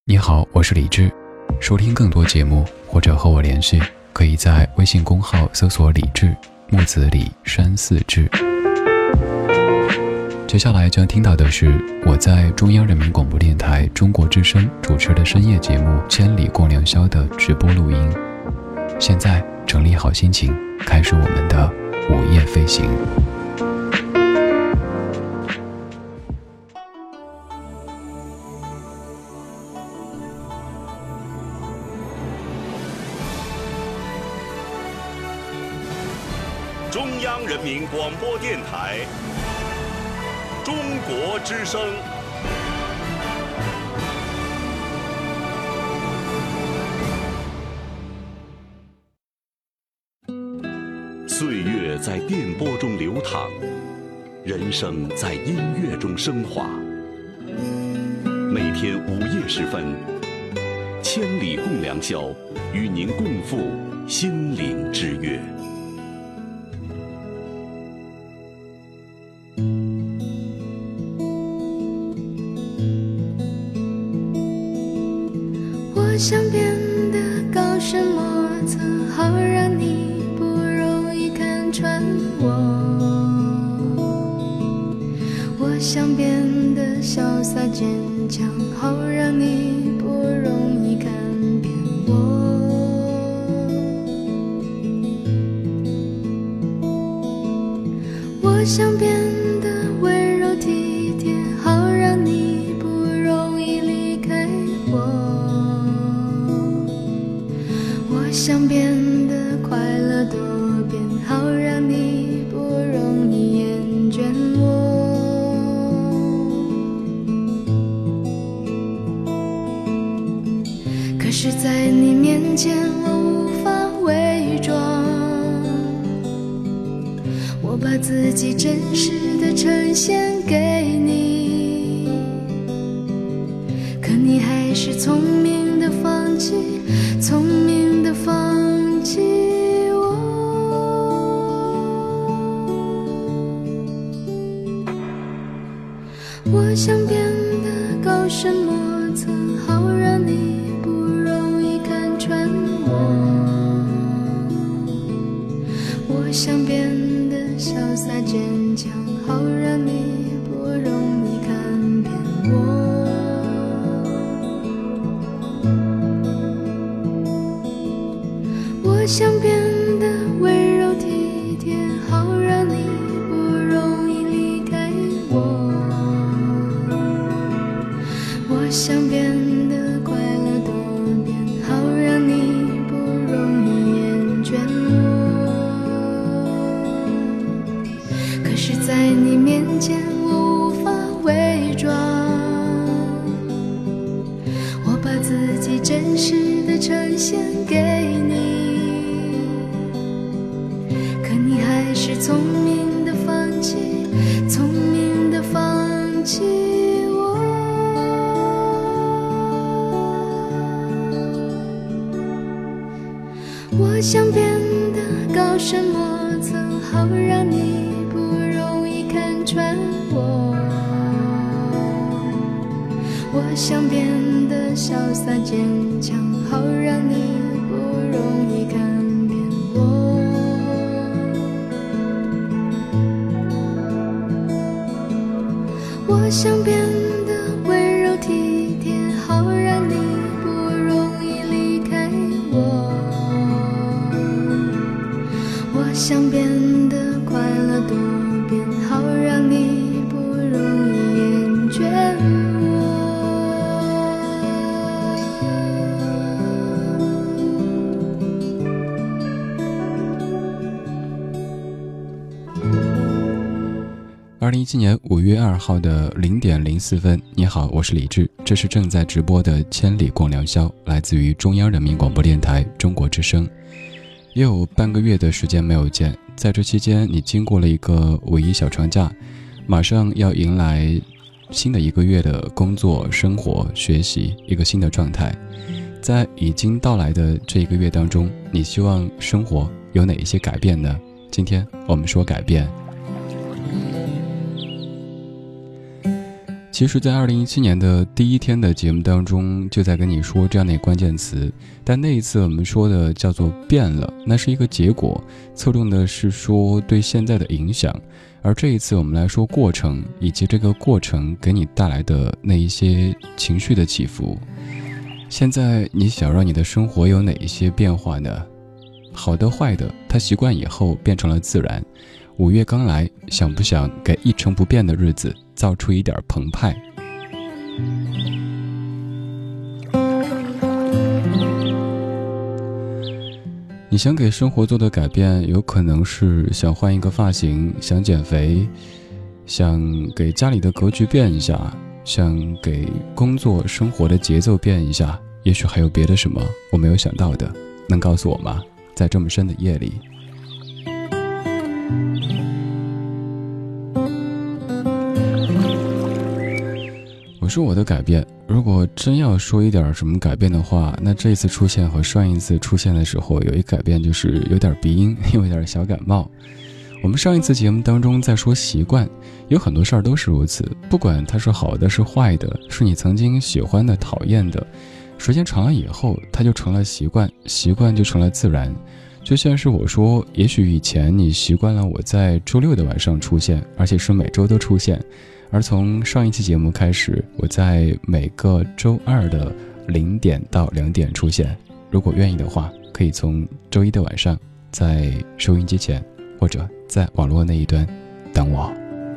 你好，我是李志。收听更多节目或者和我联系，可以在微信公号搜索李志，木子李，山寺志。接下来将听到的是我在中央人民广播电台中国之声主持的深夜节目《千里共良宵》的直播录音。现在整理好心情，开始我们的午夜飞行。 中央人民广播电台中国之声。岁月在电波中流淌，人生在音乐中升华。每天午夜时分，千里共良宵，与您共赴心灵之约。 我想变得高深莫测，好让你不容易看穿我。我想变得潇洒坚强，好让你不容易看扁我。我想变得温柔体贴，好让你不容易离开我。我想变得快乐多变，好让你不容易厌倦我。可是在你面前我无法伪装，我把自己真实的呈现给你，可你还是聪明的放弃，聪明的放弃我。我想变得高深莫测，好让你不容易看穿我。我想变得潇洒坚强，好让你不容易看扁我。我想变得温柔体贴，好让你不容易离开我。我想变得快乐多变，好让你不容易厌倦我。可是在你面前我无法伪装，我把自己真实的呈现给你，可你还是聪明的放弃，聪明的放弃我。我想变得高深莫测，好让你不容易看穿我。我想变得潇洒坚强，好让你不容易看扁我。我想变得温柔体贴，好让你不容易离开我。我想变得快乐多变，好让你不容易厌倦我。 2017年5月2号的0点04分，你好，我是李志，这是正在直播的千里共良宵，来自于中央人民广播电台中国之声。也有半个月的时间没有见，在这期间你经过了一个五一小长假，马上要迎来新的一个月的工作、生活、学习，一个新的状态。在已经到来的这一个月当中，你希望生活有哪一些改变呢？今天我们说改变。 其实在2017年的第一天的节目当中就在跟你说这样的关键词，但那一次我们说的叫做变了，那是一个结果，侧重的是说对现在的影响，而这一次我们来说过程，以及这个过程给你带来的那一些情绪的起伏。现在你想让你的生活有哪一些变化呢？好的坏的，它习惯以后变成了自然。5月刚来，想不想给一成不变的日子造出一点澎湃？你想给生活做的改变，有可能是想换一个发型，想减肥，想给家里的格局变一下，想给工作生活的节奏变一下，也许还有别的什么我没有想到的，能告诉我吗？在这么深的夜里。我说我的改变，如果真要说一点什么改变的话，那这一次出现和上一次出现的时候有一改变，就是有点鼻音，有点小感冒。我们上一次节目当中在说习惯，有很多事儿都是如此，不管它是好的是坏的，是你曾经喜欢的讨厌的，时间长了以后它就成了习惯，习惯就成了自然。就像是我说，也许以前你习惯了我在周六的晚上出现，而且是每周都出现，而从上一期节目开始，我在每个周二的0点到2点出现。如果愿意的话，可以从周一的晚上在收音机前或者在网络那一端等我。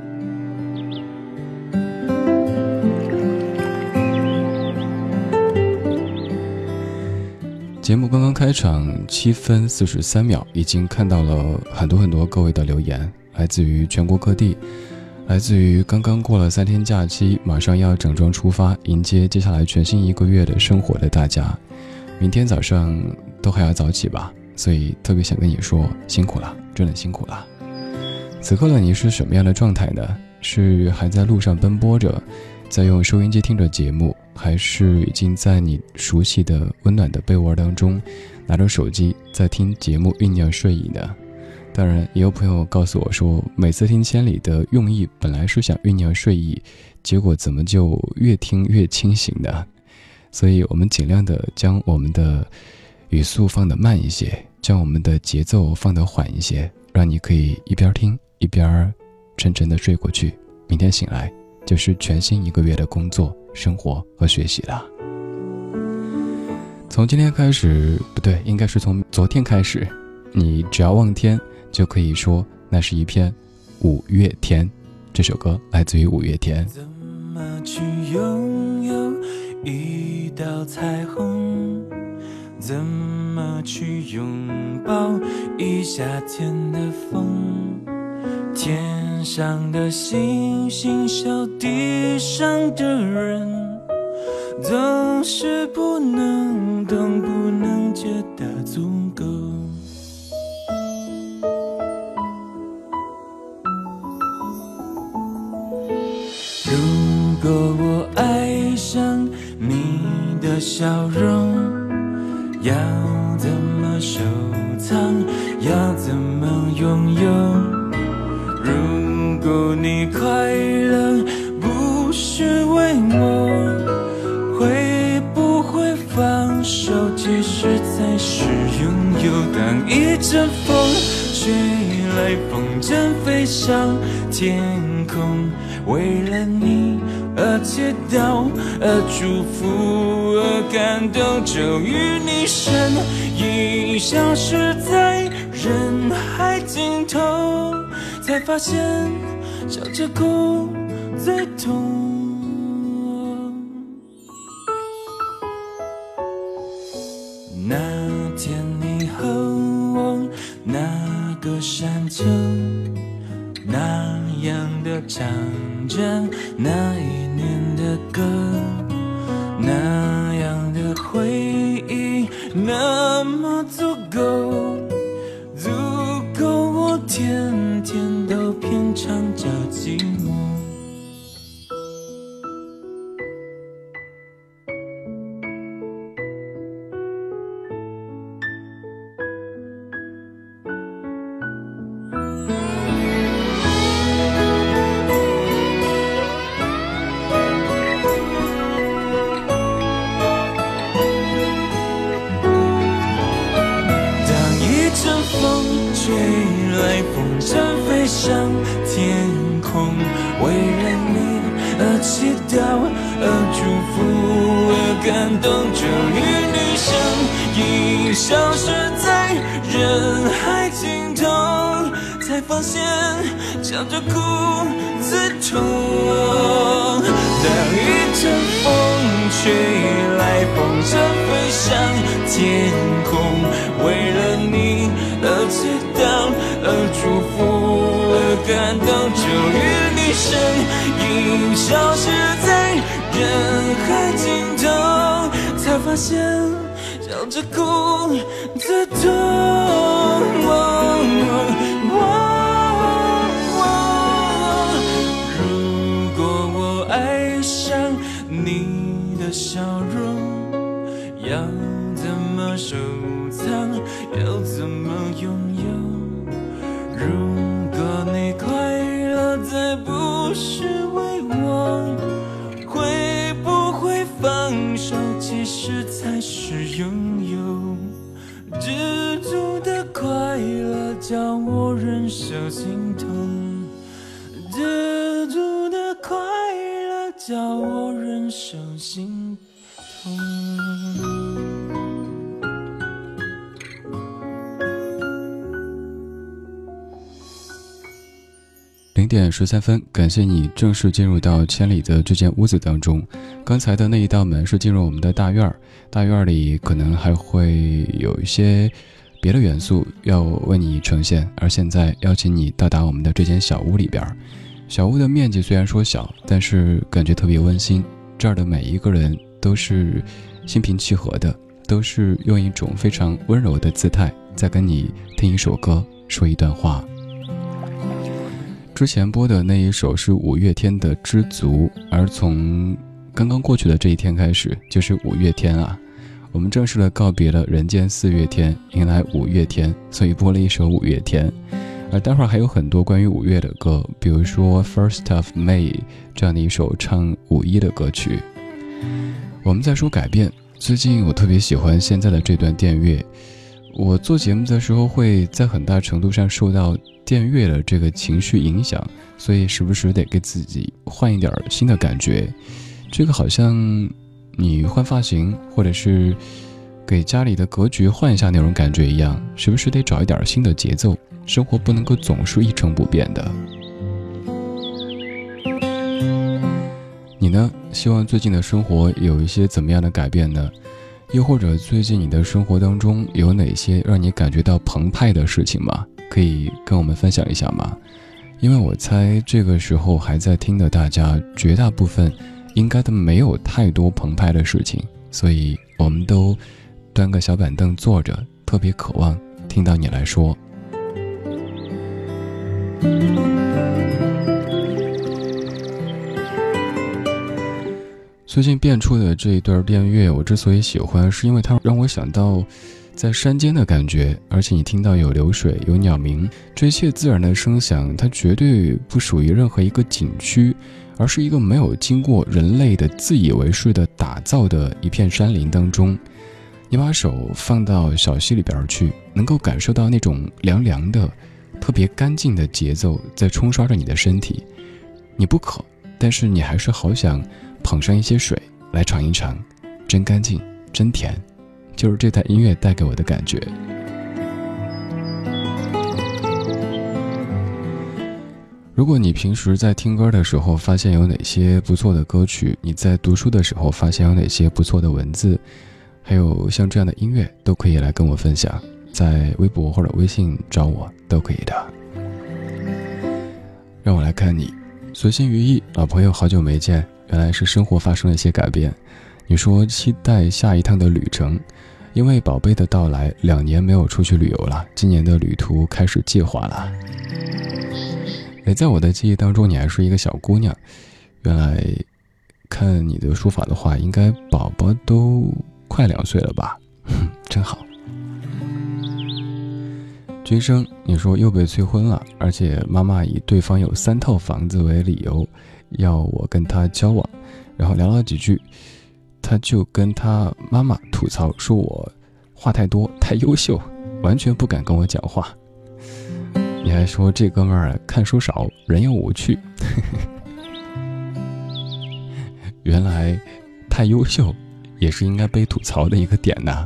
节目刚刚开场7分43秒，已经看到了很多各位的留言，来自于全国各地，来自于刚刚过了3天假期，马上要整装出发迎接接下来全新1个月的生活的大家。明天早上都还要早起吧，所以特别想跟你说辛苦了，真的辛苦了。此刻的你是什么样的状态呢？是还在路上奔波着，在用收音机听着节目，还是已经在你熟悉的温暖的被窝当中拿着手机在听节目酝酿睡意呢？当然也有朋友告诉我说，每次听千里的用意本来是想酝酿睡意，结果怎么就越听越清醒呢？所以我们尽量的将我们的语速放得慢一些，将我们的节奏放得缓一些，让你可以一边听一边沉沉的睡过去，明天醒来就是全新1个月的工作、生活和学习了。从今天开始，不对，应该是从昨天开始，你只要望天就可以说那是一片五月天。这首歌来自于五月天。 怎么去拥有一道彩虹，怎么去拥抱一夏天的风，天上的星星笑地上的人，总是不能懂，不能觉得足够。如果我爱上你的笑容，要怎么收藏，要怎么拥有？如果你快乐不是为我，会不会放手，其实才是拥有？当一阵风吹来，风筝飞上天空，为了你而祈祷，而祝福，而感动，就与你身影消失在人海尽头，才发现笑着哭最痛。那天你和我那个山丘，那样的唱着那一年的歌，那样的回忆，那么足够，足够我天天都品尝着寂寞。 道，祝福感动，终于女生已消失在人海尽头，才发现笑着哭自痛。当一阵风吹来，风筝飞上天空，为了你而祈祷，祝福感动，终于女生已消失在人海尽头，才发现笑着哭自痛。如果我爱上你的笑容，要怎么收藏，要怎么拥有？如果你快乐再不是为我，会不会放手，其实才是拥有？知足的快乐叫我忍受心痛，知足的快乐叫我忍受心痛。 0点13分，感谢你正式进入到千里的这间屋子当中。刚才的那一道门是进入我们的大院，大院里可能还会有一些别的元素要为你呈现，而现在邀请你到达我们的这间小屋里边。小屋的面积虽然说小，但是感觉特别温馨，这儿的每一个人都是心平气和的，都是用一种非常温柔的姿态在跟你听一首歌，说一段话。之前播的那一首是五月天的《知足》，而从刚刚过去的这一天开始，就是五月天啊，我们正式的告别了人间四月天，迎来五月天，所以播了一首五月天。而待会儿还有很多关于五月的歌，比如说 First of May 这样的一首唱五一的歌曲。我们在说改变，最近我特别喜欢现在的这段电乐。我做节目的时候会在很大程度上受到电乐的这个情绪影响，所以时不时得给自己换一点新的感觉。这个好像你换发型，或者是给家里的格局换一下那种感觉一样，时不时得找一点新的节奏，生活不能够总是一成不变的。你呢？希望最近的生活有一些怎么样的改变呢？又或者最近你的生活当中有哪些让你感觉到澎湃的事情吗？可以跟我们分享一下吗？因为我猜这个时候还在听的大家绝大部分应该都没有太多澎湃的事情，所以我们都端个小板凳坐着，特别渴望听到你来说。最近变出的这一段电乐，我之所以喜欢，是因为它让我想到在山间的感觉，而且你听到有流水，有鸟鸣，这一切自然的声响，它绝对不属于任何一个景区，而是一个没有经过人类的自以为是的打造的一片山林当中。你把手放到小溪里边去，能够感受到那种凉凉的特别干净的节奏在冲刷着你的身体。你不渴，但是你还是好想捧上一些水来尝一尝，真干净真甜，就是这台音乐带给我的感觉。如果你平时在听歌的时候发现有哪些不错的歌曲，你在读书的时候发现有哪些不错的文字，还有像这样的音乐，都可以来跟我分享，在微博或者微信找我都可以的。让我来看你，随心于意，老朋友好久没见，原来是生活发生了一些改变。你说期待下一趟的旅程，因为宝贝的到来，2年没有出去旅游了，今年的旅途开始计划了。在我的记忆当中，你还是一个小姑娘，原来看你的说法的话，应该宝宝都快2岁了吧，真好。君生，你说又被催婚了，而且妈妈以对方有3套房子为理由要我跟他交往，然后聊了几句，他就跟他妈妈吐槽说我话太多太优秀，完全不敢跟我讲话。你还说这哥们儿看书少，人又无趣。 原来太优秀也是应该被吐槽的一个点呐。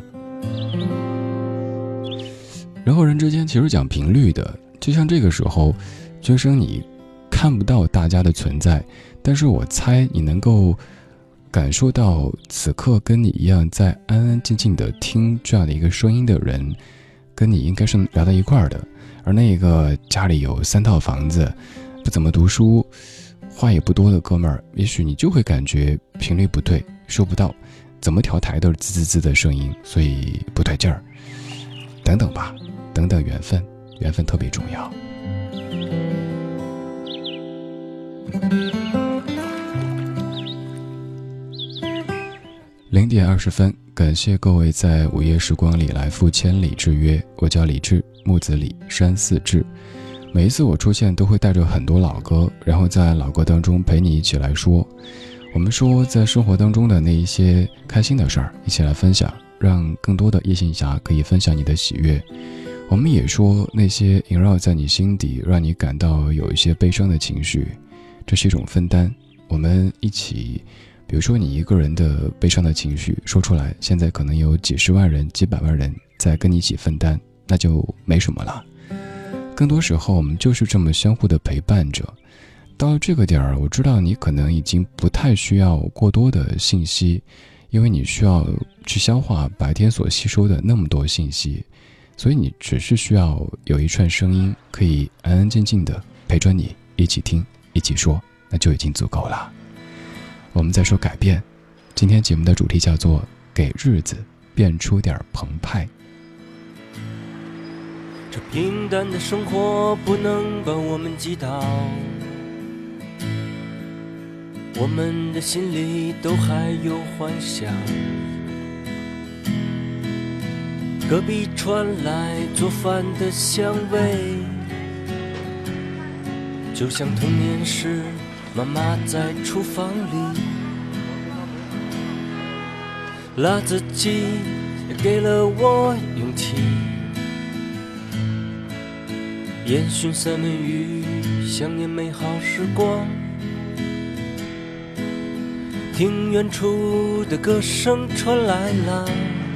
人和人之间其实讲频率的，就像这个时候君生你看不到大家的存在，但是我猜你能够感受到此刻跟你一样在安安静静的听这样的一个声音的人，跟你应该是聊到一块儿的。而那个家里有3套房子，不怎么读书，话也不多的哥们儿，也许你就会感觉频率不对，收不到，怎么调台都是滋滋滋的声音，所以不对劲儿。等等吧，等等缘分，缘分特别重要。0点20分，感谢各位在午夜时光里来赴千里之约。我叫李志，木子李，山寺志。每一次我出现都会带着很多老歌，然后在老歌当中陪你一起来说。我们说在生活当中的那一些开心的事儿，一起来分享，让更多的夜行侠可以分享你的喜悦。我们也说那些萦绕在你心底，让你感到有一些悲伤的情绪，这是一种分担。我们一起，比如说你一个人的悲伤的情绪说出来，现在可能有几十万人、几百万人在跟你一起分担，那就没什么了。更多时候我们就是这么相互的陪伴着。到了这个点儿，我知道你可能已经不太需要过多的信息，因为你需要去消化白天所吸收的那么多信息，所以你只是需要有一串声音可以安安静静的陪着你一起听一起说，那就已经足够了。我们再说改变，今天节目的主题叫做给日子变出点澎湃。 这平淡的生活不能把我们击倒，我们的心里都还有幻想。隔壁传来做饭的香味，就像童年时妈妈在厨房里，辣子鸡也给了我勇气，烟熏三文鱼想念美好时光，听远处的歌声传来了，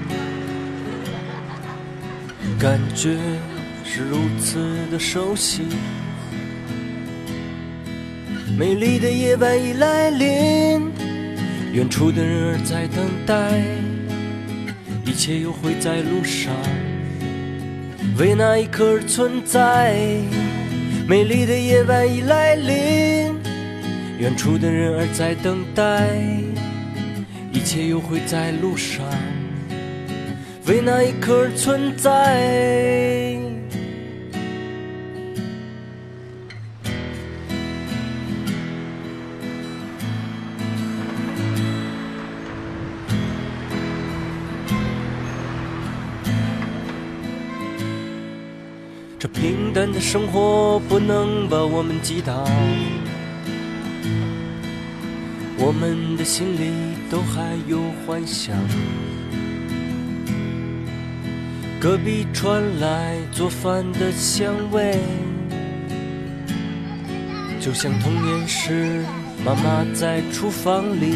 感觉是如此的熟悉。美丽的夜晚已来临，远处的人儿在等待，一切又会在路上，为那一刻而存在。美丽的夜晚已来临，远处的人儿在等待，一切又会在路上，为那一刻而存在。这平淡的生活不能把我们击倒，我们的心里都还有幻想。隔壁传来做饭的香味，就像童年时妈妈在厨房里。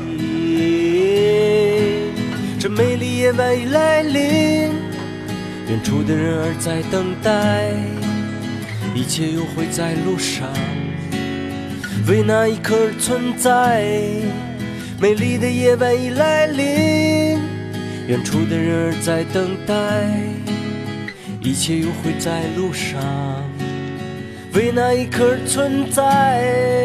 这美丽夜晚已来临，远处的人儿在等待，一切又会在路上，为那一刻而存在。美丽的夜晚已来临，远处的人儿在等待，一切又会在路上，为那一刻而存在。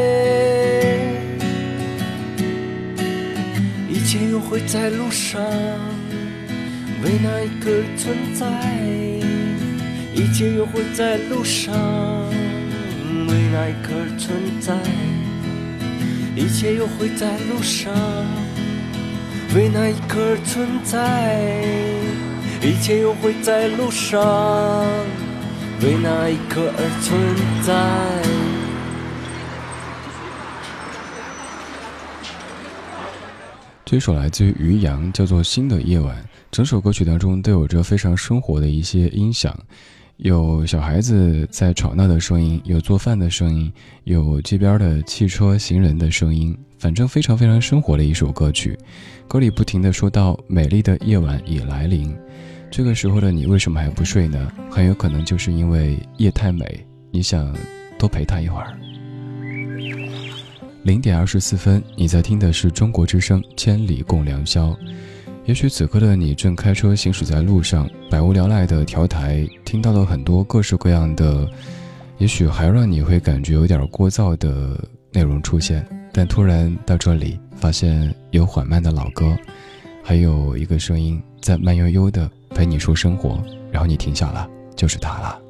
一切又会在路上，为那一刻而存在。一切又会在路上，为那一刻而存在。一切又会在路上，为那一刻而存在。一切又会在路上，为那一刻而存在。 这首来自于于洋，叫做《新的夜晚》。整首歌曲当中都有着非常生活的一些音响， 有小孩子在吵闹的声音，有做饭的声音，有街边的汽车行人的声音，反正非常非常生活的一首歌曲。歌里不停地说到美丽的夜晚已来临，这个时候的你为什么还不睡呢？很有可能就是因为夜太美，你想多陪她一会儿。0点24分，你在听的是中国之声千里共良宵。也许此刻的你正开车行驶在路上，百无聊赖的调台，听到了很多各式各样的，也许还让你会感觉有点聒噪的内容出现，但突然到这里发现有缓慢的老歌，还有一个声音在慢悠悠的陪你说生活，然后你停下了，就是它了。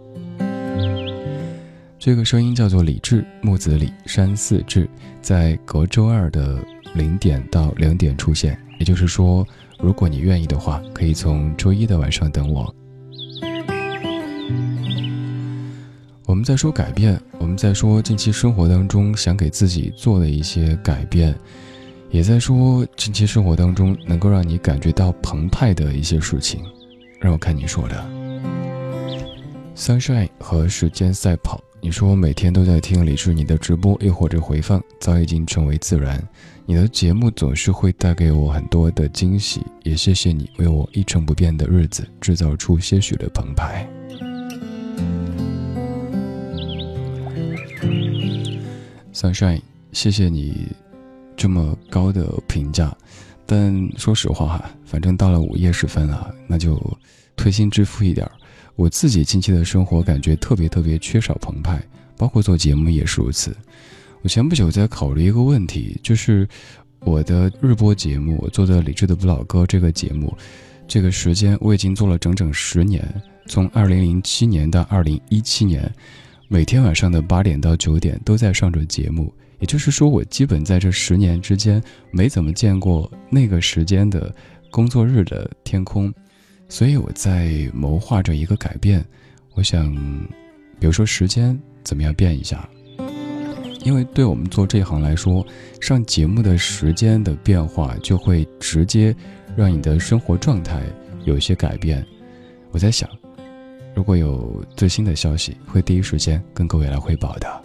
这个声音叫做李志，木子李，山寺志，在隔周二的0点到2点出现，也就是说如果你愿意的话，可以从周一的晚上等我。我们在说改变，我们在说近期生活当中想给自己做的一些改变，也在说近期生活当中能够让你感觉到澎湃的一些事情。让我看你说的 Sunshine 和时间赛跑，你说每天都在听李志你的直播又或者回放，早已经成为自然。你的节目总是会带给我很多的惊喜，也谢谢你为我一成不变的日子制造出些许的澎湃。Sunshine， 谢谢你这么高的评价，但说实话哈，反正到了午夜时分了，那就推心置腹一点。我自己近期的生活感觉特别缺少澎湃，包括做节目也是如此。我前不久在考虑一个问题，就是我的日播节目，我做的李志的不老歌这个节目，这个时间我已经做了整整10年，从2007年到2017年，每天晚上的8点到9点都在上着节目，也就是说我基本在这10年之间没怎么见过那个时间的工作日的天空，所以我在谋划着一个改变。我想比如说时间怎么样变一下，因为对我们做这一行来说，上节目的时间的变化就会直接让你的生活状态有一些改变。我在想如果有最新的消息会第一时间跟各位来汇报的。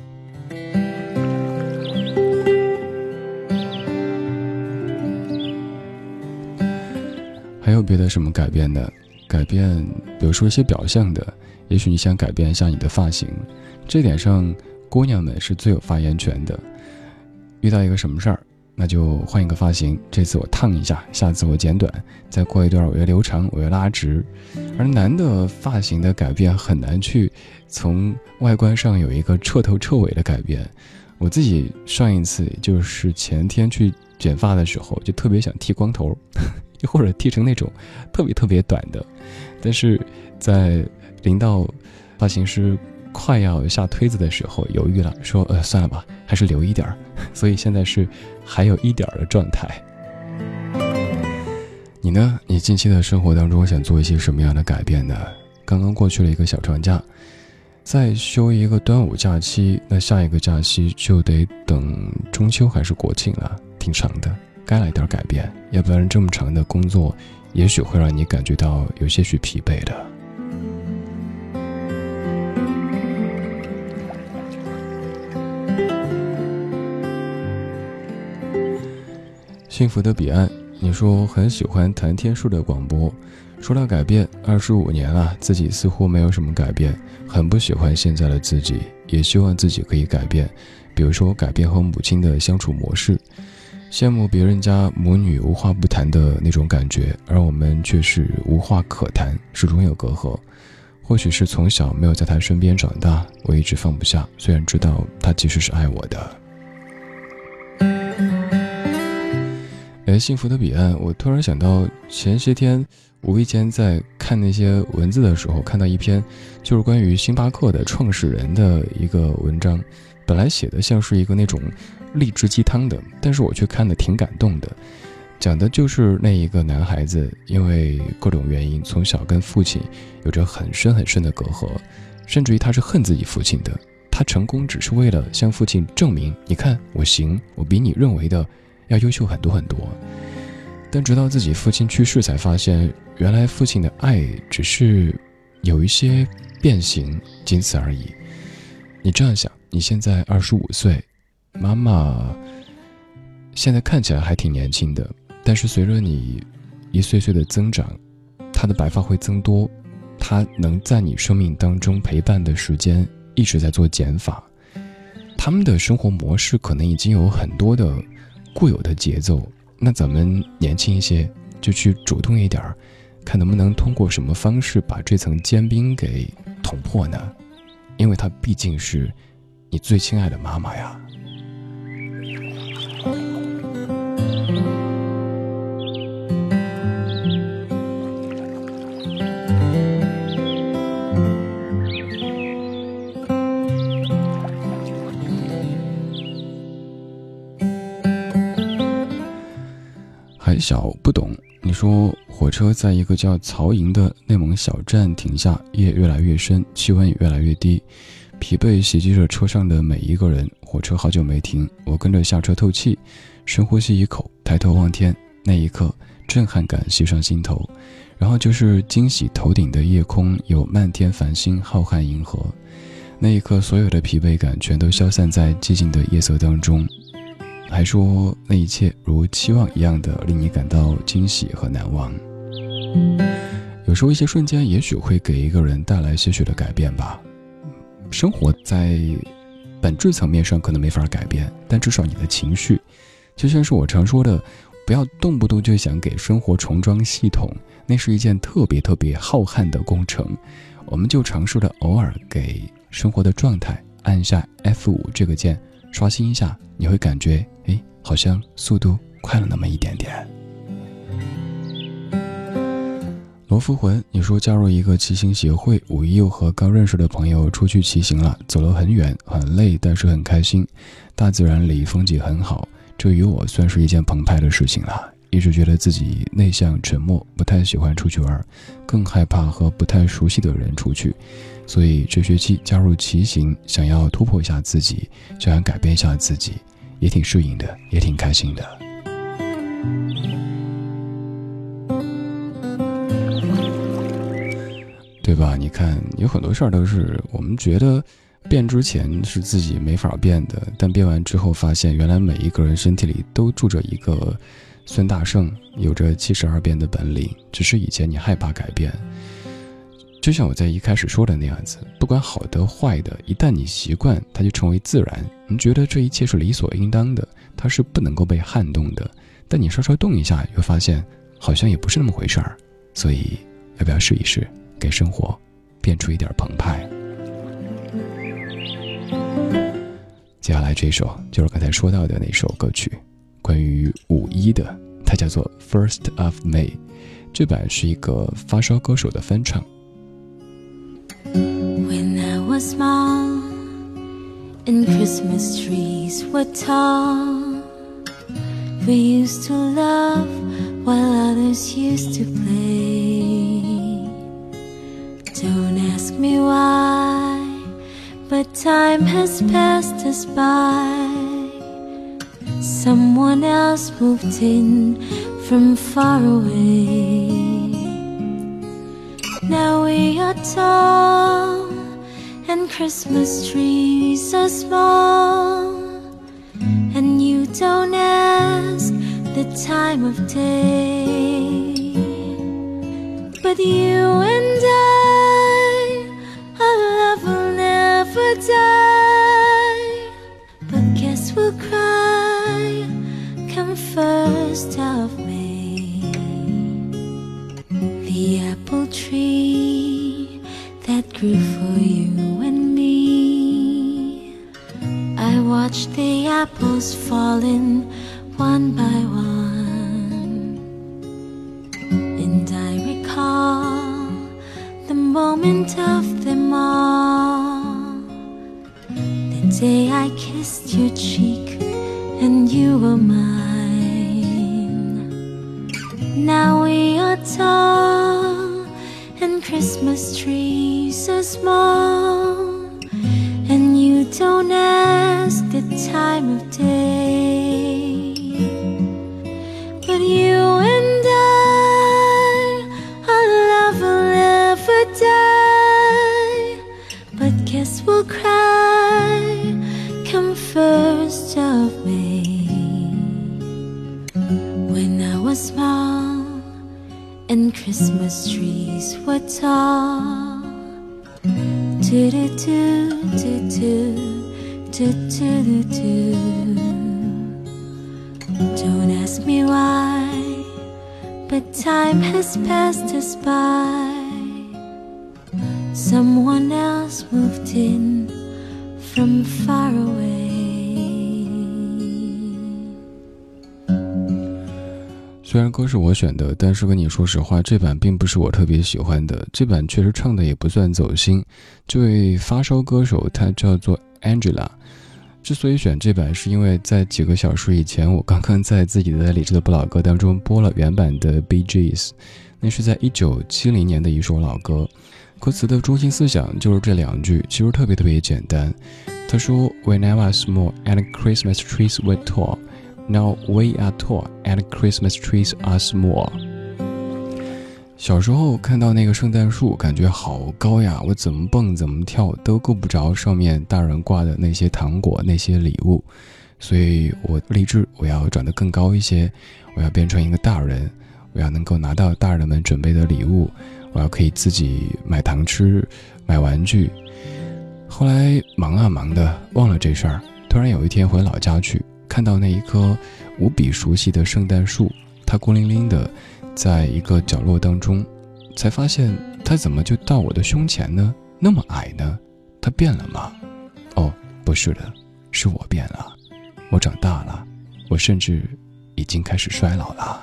还有别的什么改变呢？改变比如说一些表象的，也许你想改变一下你的发型，这点上姑娘们是最有发言权的。遇到一个什么事儿，那就换一个发型，这次我烫一下，下次我剪短，再过一段我要留长，我要拉直。而男的发型的改变很难去从外观上有一个彻头彻尾的改变。我自己上一次就是前天去剪发的时候，就特别想剃光头，又或者剃成那种特别短的，但是在临到发型师快要下推子的时候犹豫了，说算了吧，还是留一点，所以现在是还有一点的状态。你呢？你近期的生活当中想做一些什么样的改变呢？刚刚过去了一个小长假，再休一个端午假期，那下一个假期就得等中秋还是国庆了，挺长的，该来点改变，要不然这么长的工作也许会让你感觉到有些许疲惫的。幸福的彼岸，你说很喜欢谈天数的广播。说到改变，25年了，自己似乎没有什么改变，很不喜欢现在的自己，也希望自己可以改变，比如说改变和母亲的相处模式。羡慕别人家母女无话不谈的那种感觉，而我们却是无话可谈，始终有隔阂。或许是从小没有在他身边长大，我一直放不下，虽然知道他其实是爱我的。幸福的彼岸，我突然想到前些天无意间在看那些文字的时候，看到一篇就是关于星巴克的创始人的一个文章，本来写的像是一个那种励志鸡汤的，但是我却看得挺感动的。讲的就是那一个男孩子因为各种原因从小跟父亲有着很深的隔阂，甚至于他是恨自己父亲的，他成功只是为了向父亲证明，你看我行，我比你认为的要优秀很多。但直到自己父亲去世才发现，原来父亲的爱只是有一些变形，仅此而已。你这样想，你现在25岁，妈妈现在看起来还挺年轻的，但是随着你一岁岁的增长，她的白发会增多，她能在你生命当中陪伴的时间一直在做减法。他们的生活模式可能已经有很多的固有的节奏，那咱们年轻一些就去主动一点，看能不能通过什么方式把这层坚冰给捅破呢？因为她毕竟是你最亲爱的妈妈呀。还小不懂，你说火车在一个叫曹营的内蒙小站停下，夜越来越深，气温也越来越低，疲惫袭击着车上的每一个人。火车好久没停，我跟着下车透气，深呼吸一口，抬头望天，那一刻震撼感袭上心头，然后就是惊喜头顶的夜空有漫天繁星，浩瀚银河。那一刻所有的疲惫感全都消散在寂静的夜色当中，还说那一切如期望一样的令你感到惊喜和难忘。有时候一些瞬间也许会给一个人带来些许的改变吧。生活在本质层面上可能没法改变，但至少你的情绪，就像是我常说的，不要动不动就想给生活重装系统，那是一件特别特别浩瀚的工程。我们就尝试的偶尔给生活的状态按下 F5 这个键，刷新一下，你会感觉好像速度快了那么一点点。罗浮魂，你说加入一个骑行协会，5一又和刚认识的朋友出去骑行了，走了很远很累，但是很开心，大自然里风景很好，这于我算是一件澎湃的事情了。一直觉得自己内向沉默，不太喜欢出去玩，更害怕和不太熟悉的人出去，所以这学期加入骑行，想要突破一下自己，想要改变一下自己，也挺适应的，也挺开心的。对吧？你看有很多事儿都是我们觉得变之前是自己没法变的，但变完之后发现原来每一个人身体里都住着一个孙大圣，有着72变的本领，只是以前你害怕改变。就像我在一开始说的那样子，不管好的坏的，一旦你习惯，它就成为自然，你觉得这一切是理所应当的，它是不能够被撼动的。但你稍稍动一下，又发现好像也不是那么回事儿。所以要不要试一试，给生活变出一点澎湃？接下来这首就是刚才说到的那首歌曲，关于5一的，它叫做 First of May， 这版是一个发烧歌手的翻唱。 When I was small and Christmas trees were tall, we used to laugh while others used to play. Don't ask me why, but time has passed us by. Someone else moved in from far away. Now we are tall and Christmas trees are small, and you don't ask the time of day. But you and I, our love will never die. But guess we'll cry come 1st of May. The apple tree that grew for you and me, I watched the apples falling one by one, and I recall the moment of them all, the day I kissed your cheek and you were mine. Now we are tall and Christmas trees are small, and you don't ask the time of day. But you and I, our love will never die. and Christmas trees were tall. Do do do do do do do do. Don't ask me why, but time has passed us by. Someone else moved in from far away. 虽然歌是我选的，但是跟你说实话，这版并不是我特别喜欢的。这版确实唱的也不算走心。这位发烧歌手她叫做 Angela。之所以选这版，是因为在几个小时以前，我刚刚在自己的理智的不老歌当中播了原版的 Bee Gees， 那是在1970年的一首老歌。歌词的中心思想就是这两句，其实特别特别简单。他说 When I was small and Christmas trees were tall, now we are tall and Christmas trees are small。 小时候看到那个圣诞树，感觉好高呀，我怎么蹦怎么跳都够不着上面大人挂的那些糖果那些礼物，所以我立志我要长得更高一些，我要变成一个大人，我要能够拿到大人们准备的礼物，我要可以自己买糖吃买玩具。后来忙啊忙的忘了这事儿，突然有一天回老家去，看到那一棵无比熟悉的圣诞树，它孤零零的在一个角落当中，才发现它怎么就到我的胸前呢？那么矮呢？它变了吗？哦，不是的，是我变了，我长大了，我甚至已经开始衰老了。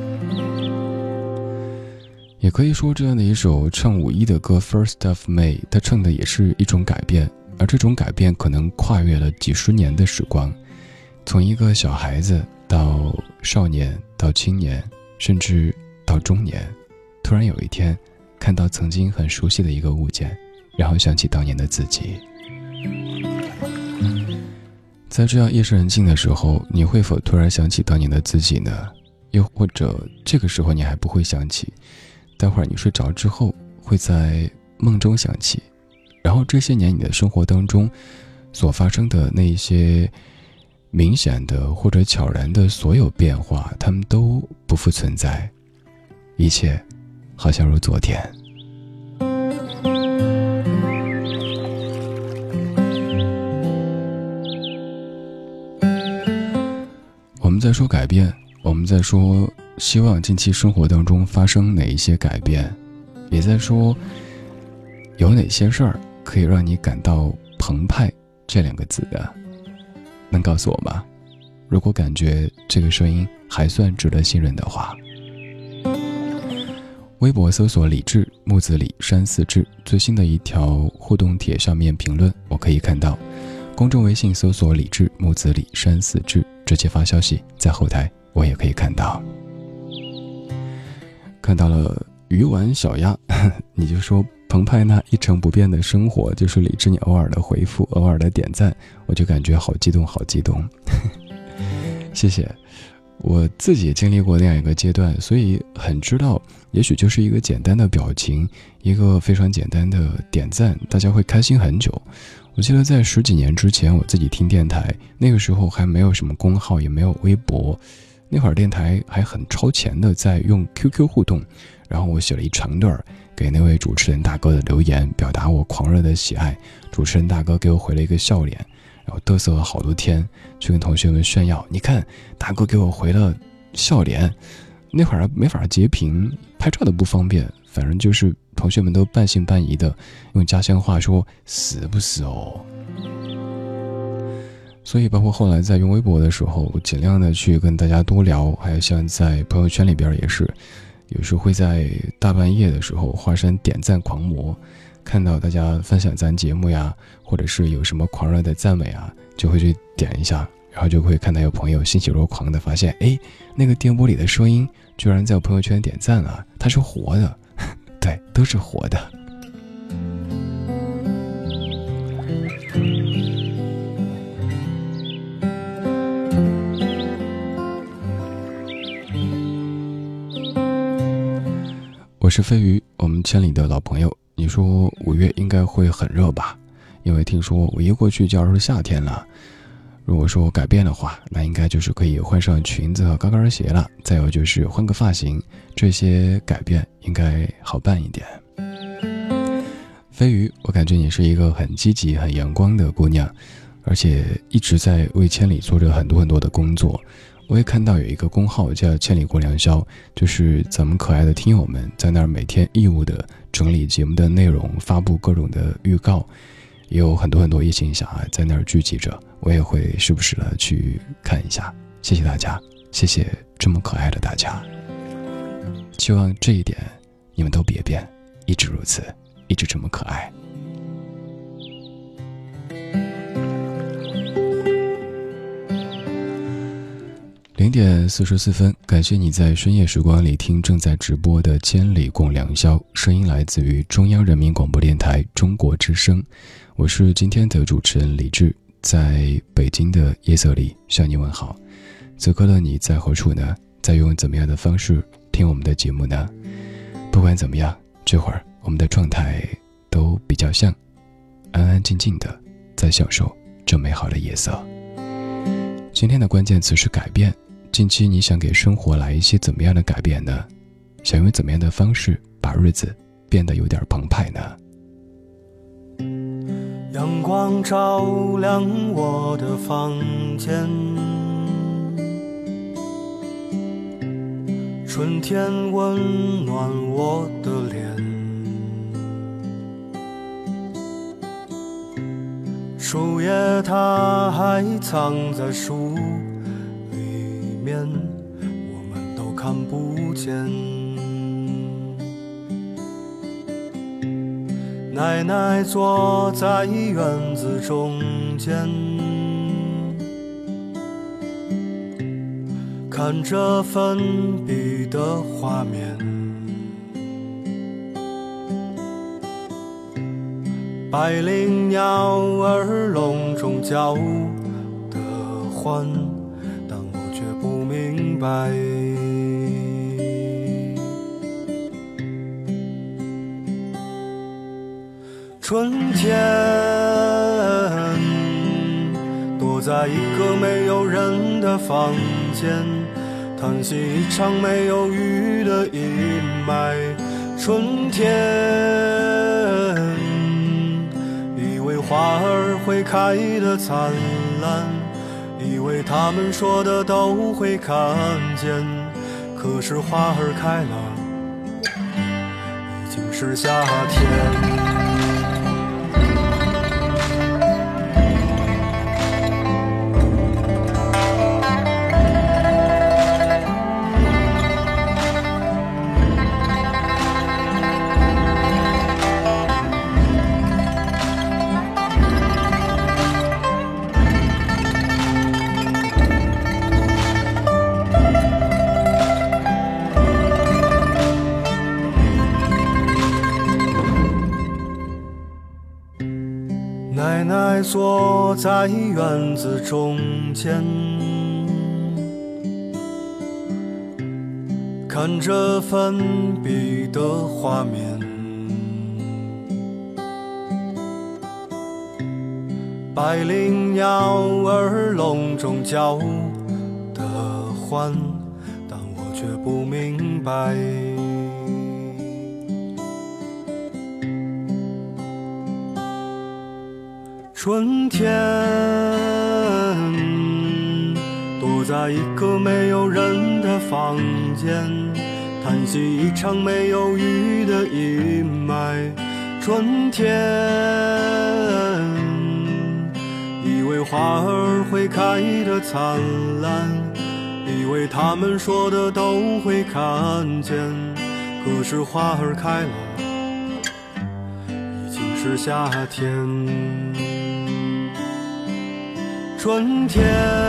也可以说这样的一首唱5·1的歌 First of May， 它唱的也是一种改变，而这种改变可能跨越了几十年的时光，从一个小孩子到少年到青年，甚至到中年，突然有一天看到曾经很熟悉的一个物件，然后想起当年的自己。在这样夜深人静的时候，你会否突然想起当年的自己呢？又或者这个时候你还不会想起，待会儿你睡着之后会在梦中想起，然后这些年你的生活当中所发生的那些明显的或者悄然的所有变化，它们都不复存在，一切好像如昨天。我们在说改变，我们在说希望近期生活当中发生哪一些改变，也在说有哪些事儿可以让你感到澎湃这2个字的，能告诉我吗？如果感觉这个声音还算值得信任的话，微博搜索李志，木子李山寺志，最新的一条互动帖上面评论我可以看到，公众微信搜索李志木子李山寺志，直接发消息在后台我也可以看到。看到了鱼丸小鸭，你就说澎湃那一成不变的生活，就是李志你偶尔的回复偶尔的点赞，我就感觉好激动好激动。谢谢，我自己也经历过那样一个阶段，所以很知道也许就是一个简单的表情，一个非常简单的点赞，大家会开心很久。我记得在10几年之前，我自己听电台，那个时候还没有什么公号，也没有微博，那会儿电台还很超前的在用 QQ 互动，然后我写了一长段给那位主持人大哥的留言，表达我狂热的喜爱，主持人大哥给我回了一个笑脸，然后嘚瑟了好多天，去跟同学们炫耀，你看大哥给我回了笑脸。那会儿没法截屏，拍照的不方便，反正就是同学们都半信半疑的用家乡话说死不死哦。所以包括后来在用微博的时候，尽量的去跟大家多聊，还有像在朋友圈里边也是，有时会在大半夜的时候化身点赞狂魔，看到大家分享咱节目呀，或者是有什么狂热的赞美啊，就会去点一下，然后就会看到有朋友欣喜若狂的发现，哎，那个电波里的声音居然在我朋友圈点赞了，它是活的。对，都是活的。我是飞鱼，我们千里的老朋友。你说5月应该会很热吧？因为听说5一过去就要是夏天了。 如果说改变的话，那应该就是可以换上裙子和高跟鞋了，再有就是换个发型，这些改变应该好办一点。飞鱼，我感觉你是一个很积极很阳光的姑娘，而且一直在为千里做着很多很多的工作。我也看到有一个公号叫千里共良宵，就是咱们可爱的听友们在那儿每天义务的整理节目的内容，发布各种的预告，也有很多很多异性小孩在那儿聚集着，我也会时不时的去看一下。谢谢大家，谢谢这么可爱的大家，希望这一点你们都别变，一直如此，一直这么可爱。0点44分，感谢你在深夜时光里听正在直播的千里共良宵，声音来自于中央人民广播电台中国之声，我是今天的主持人李志，在北京的夜色里向你问好。此刻的你在何处呢？在用怎么样的方式听我们的节目呢？不管怎么样，这会儿我们的状态都比较像安安静静的在享受这美好的夜色。今天的关键词是改变，近期你想给生活来一些怎么样的改变呢？想用怎么样的方式把日子变得有点澎湃呢？ 阳光照亮我的房间，春天温暖我的脸，树叶它还藏在树里面，我们都看不见。奶奶坐在院子中间，看着粉笔的画面，百灵鸟儿笼中叫的欢，但我却不明白。春天躲在一个没有人的房间，叹息一场没有雨的阴霾。春天以为花儿会开得灿烂，以为他们说的都会看见，可是花儿开了，已经是夏天。奶奶坐在院子中间，看着粉笔的画面，百灵鸟儿笼中叫的欢，但我却不明白。春天躲在一个没有人的房间，叹息一场没有雨的阴霾。春天以为花儿会开得灿烂，以为他们说的都会看见，可是花儿开了，已经是夏天。春天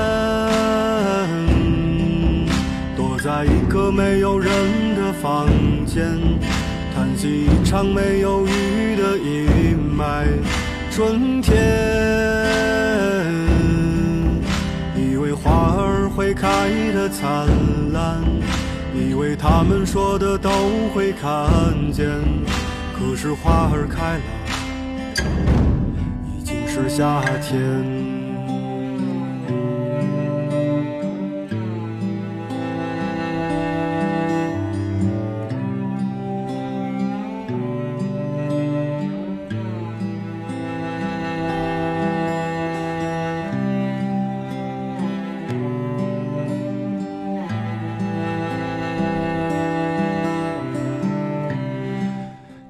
躲在一个没有人的房间，叹息一场没有雨的阴霾。春天以为花儿会开得灿烂，以为他们说的都会看见，可是花儿开了，已经是夏天。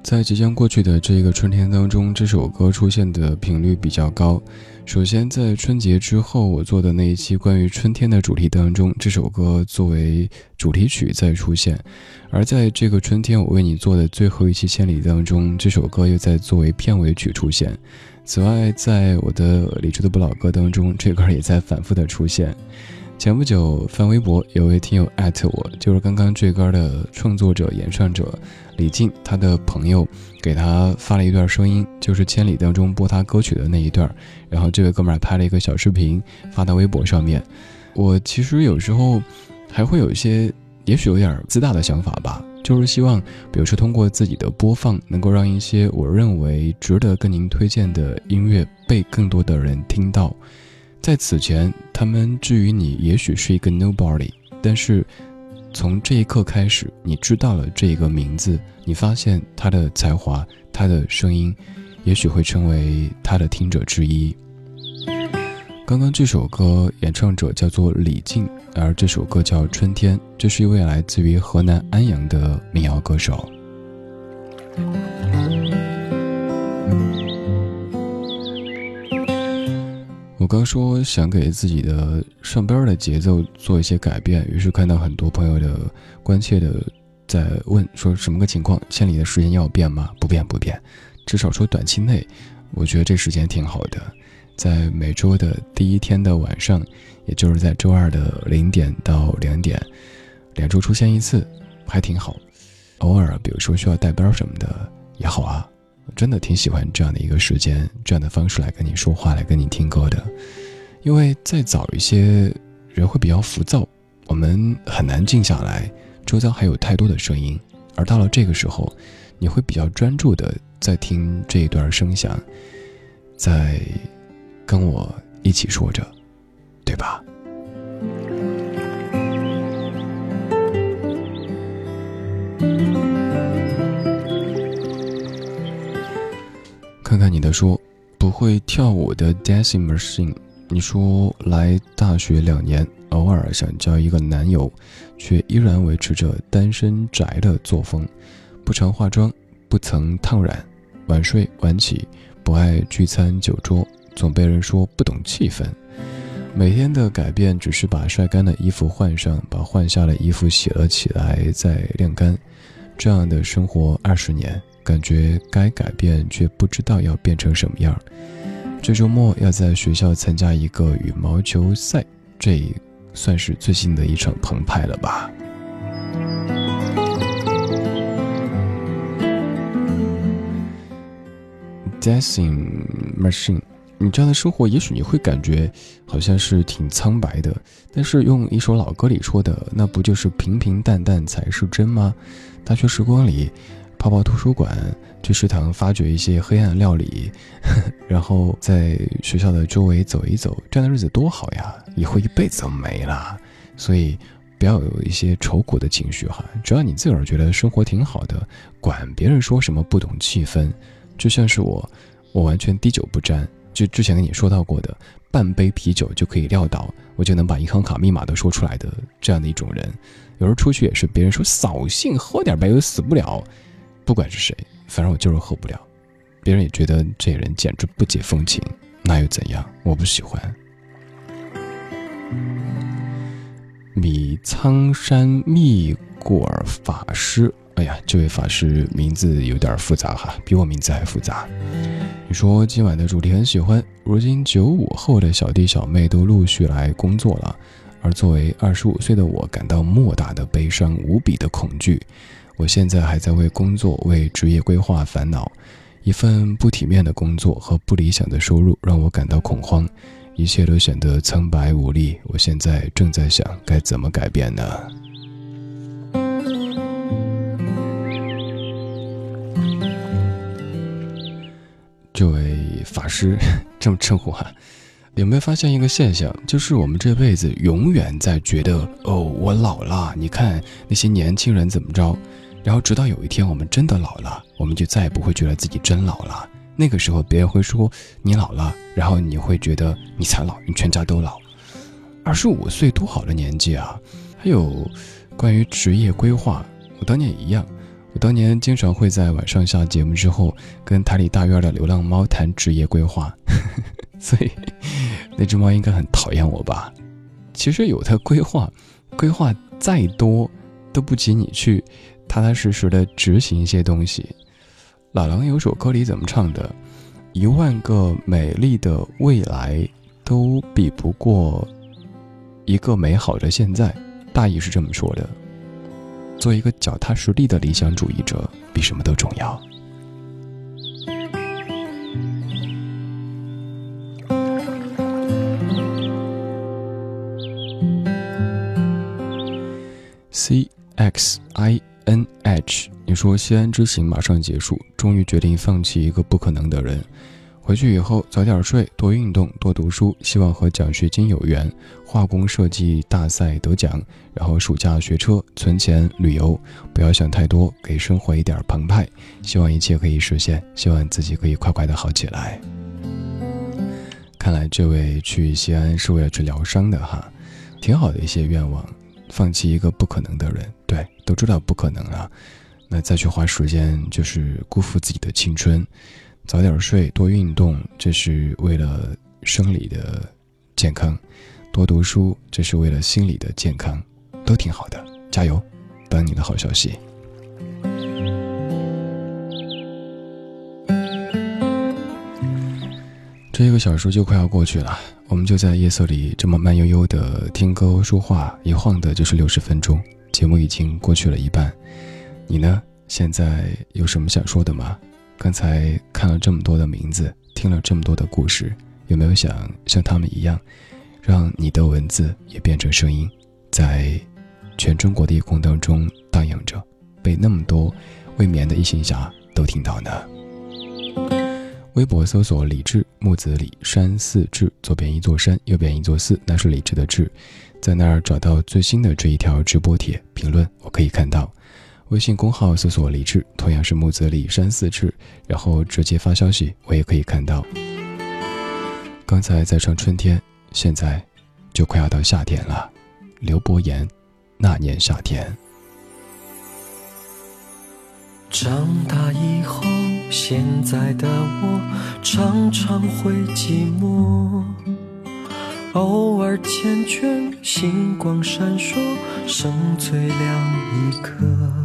在即将过去的这个春天当中，这首歌出现的频率比较高。首先在春节之后我做的那一期关于春天的主题当中，这首歌作为主题曲再出现，而在这个春天我为你做的最后一期千里当中，这首歌又在作为片尾曲出现。此外，在我的理智的不老歌当中，这歌也在反复的出现。前不久翻微博有位听友艾特我，就是刚刚这歌的创作者演唱者李静，他的朋友给他发了一段声音，就是千里当中播他歌曲的那一段，然后这位哥们儿拍了一个小视频发到微博上面。我其实有时候还会有一些也许有点自大的想法吧，就是希望比如说通过自己的播放能够让一些我认为值得跟您推荐的音乐被更多的人听到。在此前他们至于你也许是一个 nobody， 但是从这一刻开始你知道了这个名字，你发现他的才华，他的声音也许会成为他的听者之一。刚刚这首歌演唱者叫做李静，而这首歌叫春天，这是一位来自于河南安阳的民谣歌手。我刚说想给自己的上班的节奏做一些改变，于是看到很多朋友的关切的在问说什么个情况，千里的时间要变吗？不变不变，至少说短期内我觉得这时间挺好的，在每周的第一天的晚上，也就是在周二的0点到2点，2周出现一次还挺好。偶尔比如说需要带班什么的也好啊，真的挺喜欢这样的一个时间，这样的方式来跟你说话，来跟你听歌的。因为再早一些人会比较浮躁，我们很难静下来，周遭还有太多的声音，而到了这个时候你会比较专注的在听这一段声响，在跟我一起说着，对吧？看看你的说，不会跳舞的 Dancing Machine， 你说来大学2年，偶尔想交一个男友，却依然维持着单身宅的作风，不常化妆，不曾烫染，晚睡晚起，不爱聚餐酒桌，总被人说不懂气氛。每天的改变只是把晒干的衣服换上，把换下的衣服洗了起来再晾干，这样的生活20年，感觉该改变却不知道要变成什么样。这周末要在学校参加一个羽毛球赛，这算是最新的一场澎湃了吧。Dancing Machine， 你这样的生活也许你会感觉好像是挺苍白的，但是用一首老歌里说的，那不就是平平淡淡才是真吗？大学时光里泡泡图书馆，去食堂发掘一些黑暗料理，然后在学校的周围走一走，这样的日子多好呀，以后一辈子都没了。所以不要有一些愁苦的情绪哈，只要你自个儿觉得生活挺好的，管别人说什么不懂气氛。就像是我完全滴酒不沾，就之前跟你说到过的，半杯啤酒就可以撂倒，我就能把银行卡密码都说出来的这样的一种人。有时候出去也是别人说扫兴喝点呗又死不了，不管是谁，反正我就是喝不了，别人也觉得这人简直不解风情，那又怎样，我不喜欢。米苍山密果尔法师，哎呀，这位法师名字有点复杂哈，比我名字还复杂。你说今晚的主题很喜欢，如今95后的小弟小妹都陆续来工作了，而作为25岁的我感到莫大的悲伤，无比的恐惧。我现在还在为工作为职业规划烦恼，一份不体面的工作和不理想的收入让我感到恐慌，一切都显得苍白无力。我现在正在想该怎么改变呢？这位法师这么称呼啊，有没有发现一个现象，就是我们这辈子永远在觉得我老了，你看那些年轻人怎么着，然后直到有一天我们真的老了，我们就再也不会觉得自己真老了。那个时候别人会说你老了，然后你会觉得你才老，你全家都老。25岁多好的年纪啊！还有关于职业规划，我当年也一样， 我当年经常会在晚上下节目之后跟台里大院的流浪猫谈职业规划，所以那只猫应该很讨厌我吧。其实有的规划再多都不及你去踏踏实实的执行一些东西。老狼有首歌里怎么唱的？10000个美丽的未来都比不过一个美好的现在，大意是这么说的。做一个脚踏实地的理想主义者比什么都重要。CXINH， 你说西安之行马上结束，终于决定放弃一个不可能的人。回去以后早点睡，多运动，多读书，希望和奖学金有缘，化工设计大赛得奖，然后暑假学车，存钱旅游，不要想太多，给生活一点澎湃，希望一切可以实现，希望自己可以快快的好起来。看来这位去西安是为了去疗伤的哈，挺好的一些愿望。放弃一个不可能的人，对，都知道不可能啊，那再去花时间就是辜负自己的青春。早点睡，多运动，这是为了生理的健康；多读书，这是为了心理的健康，都挺好的，加油！等你的好消息。这1个小时就快要过去了，我们就在夜色里这么慢悠悠的听歌说话，一晃的就是60分钟，节目已经过去了一半。你呢？现在有什么想说的吗？刚才看了这么多的名字，听了这么多的故事，有没有想像他们一样，让你的文字也变成声音，在全中国的夜空当中荡漾着，被那么多未眠的异性侠都听到呢？微博搜索李志，木子李，山寺志，左边一座山，右边一座寺，那是李志的志。在那儿找到最新的这一条直播帖，评论我可以看到。微信公号搜索李志，同样是木子李，山寺志，然后直接发消息，我也可以看到。刚才在唱春天，现在就快要到夏天了。刘伯言，那年夏天。 长大以后，现在的我常常会寂寞，偶尔缱绻，星光闪烁，剩最亮一刻。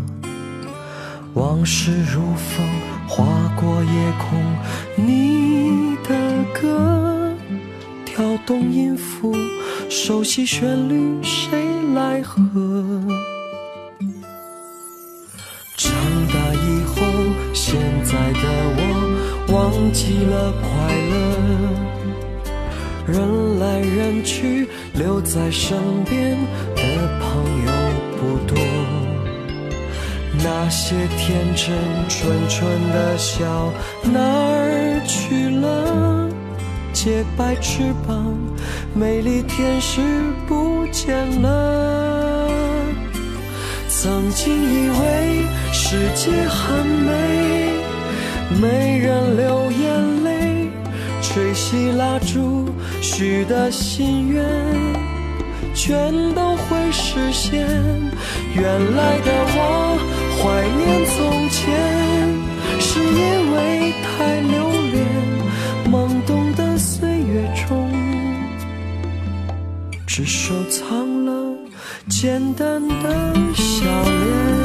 往事如风，划过夜空，你的歌跳动音符，熟悉旋律，谁来和？长大以后，现在的我忘记了快乐，人来人去，留在身边的朋友不多。那些天真纯纯的笑哪儿去了？洁白翅膀，美丽天使不见了。曾经以为世界很美，没人流眼泪，吹熄蜡烛许的心愿全都会实现。原来的我怀念从前，是因为太留恋懵懂的岁月中，只收藏了简单的笑脸。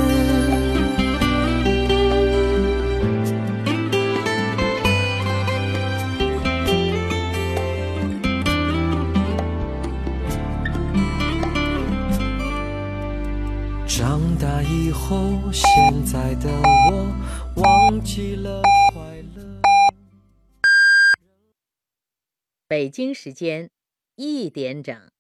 长大以后，现在的我忘记了快乐。 北京时间1点整。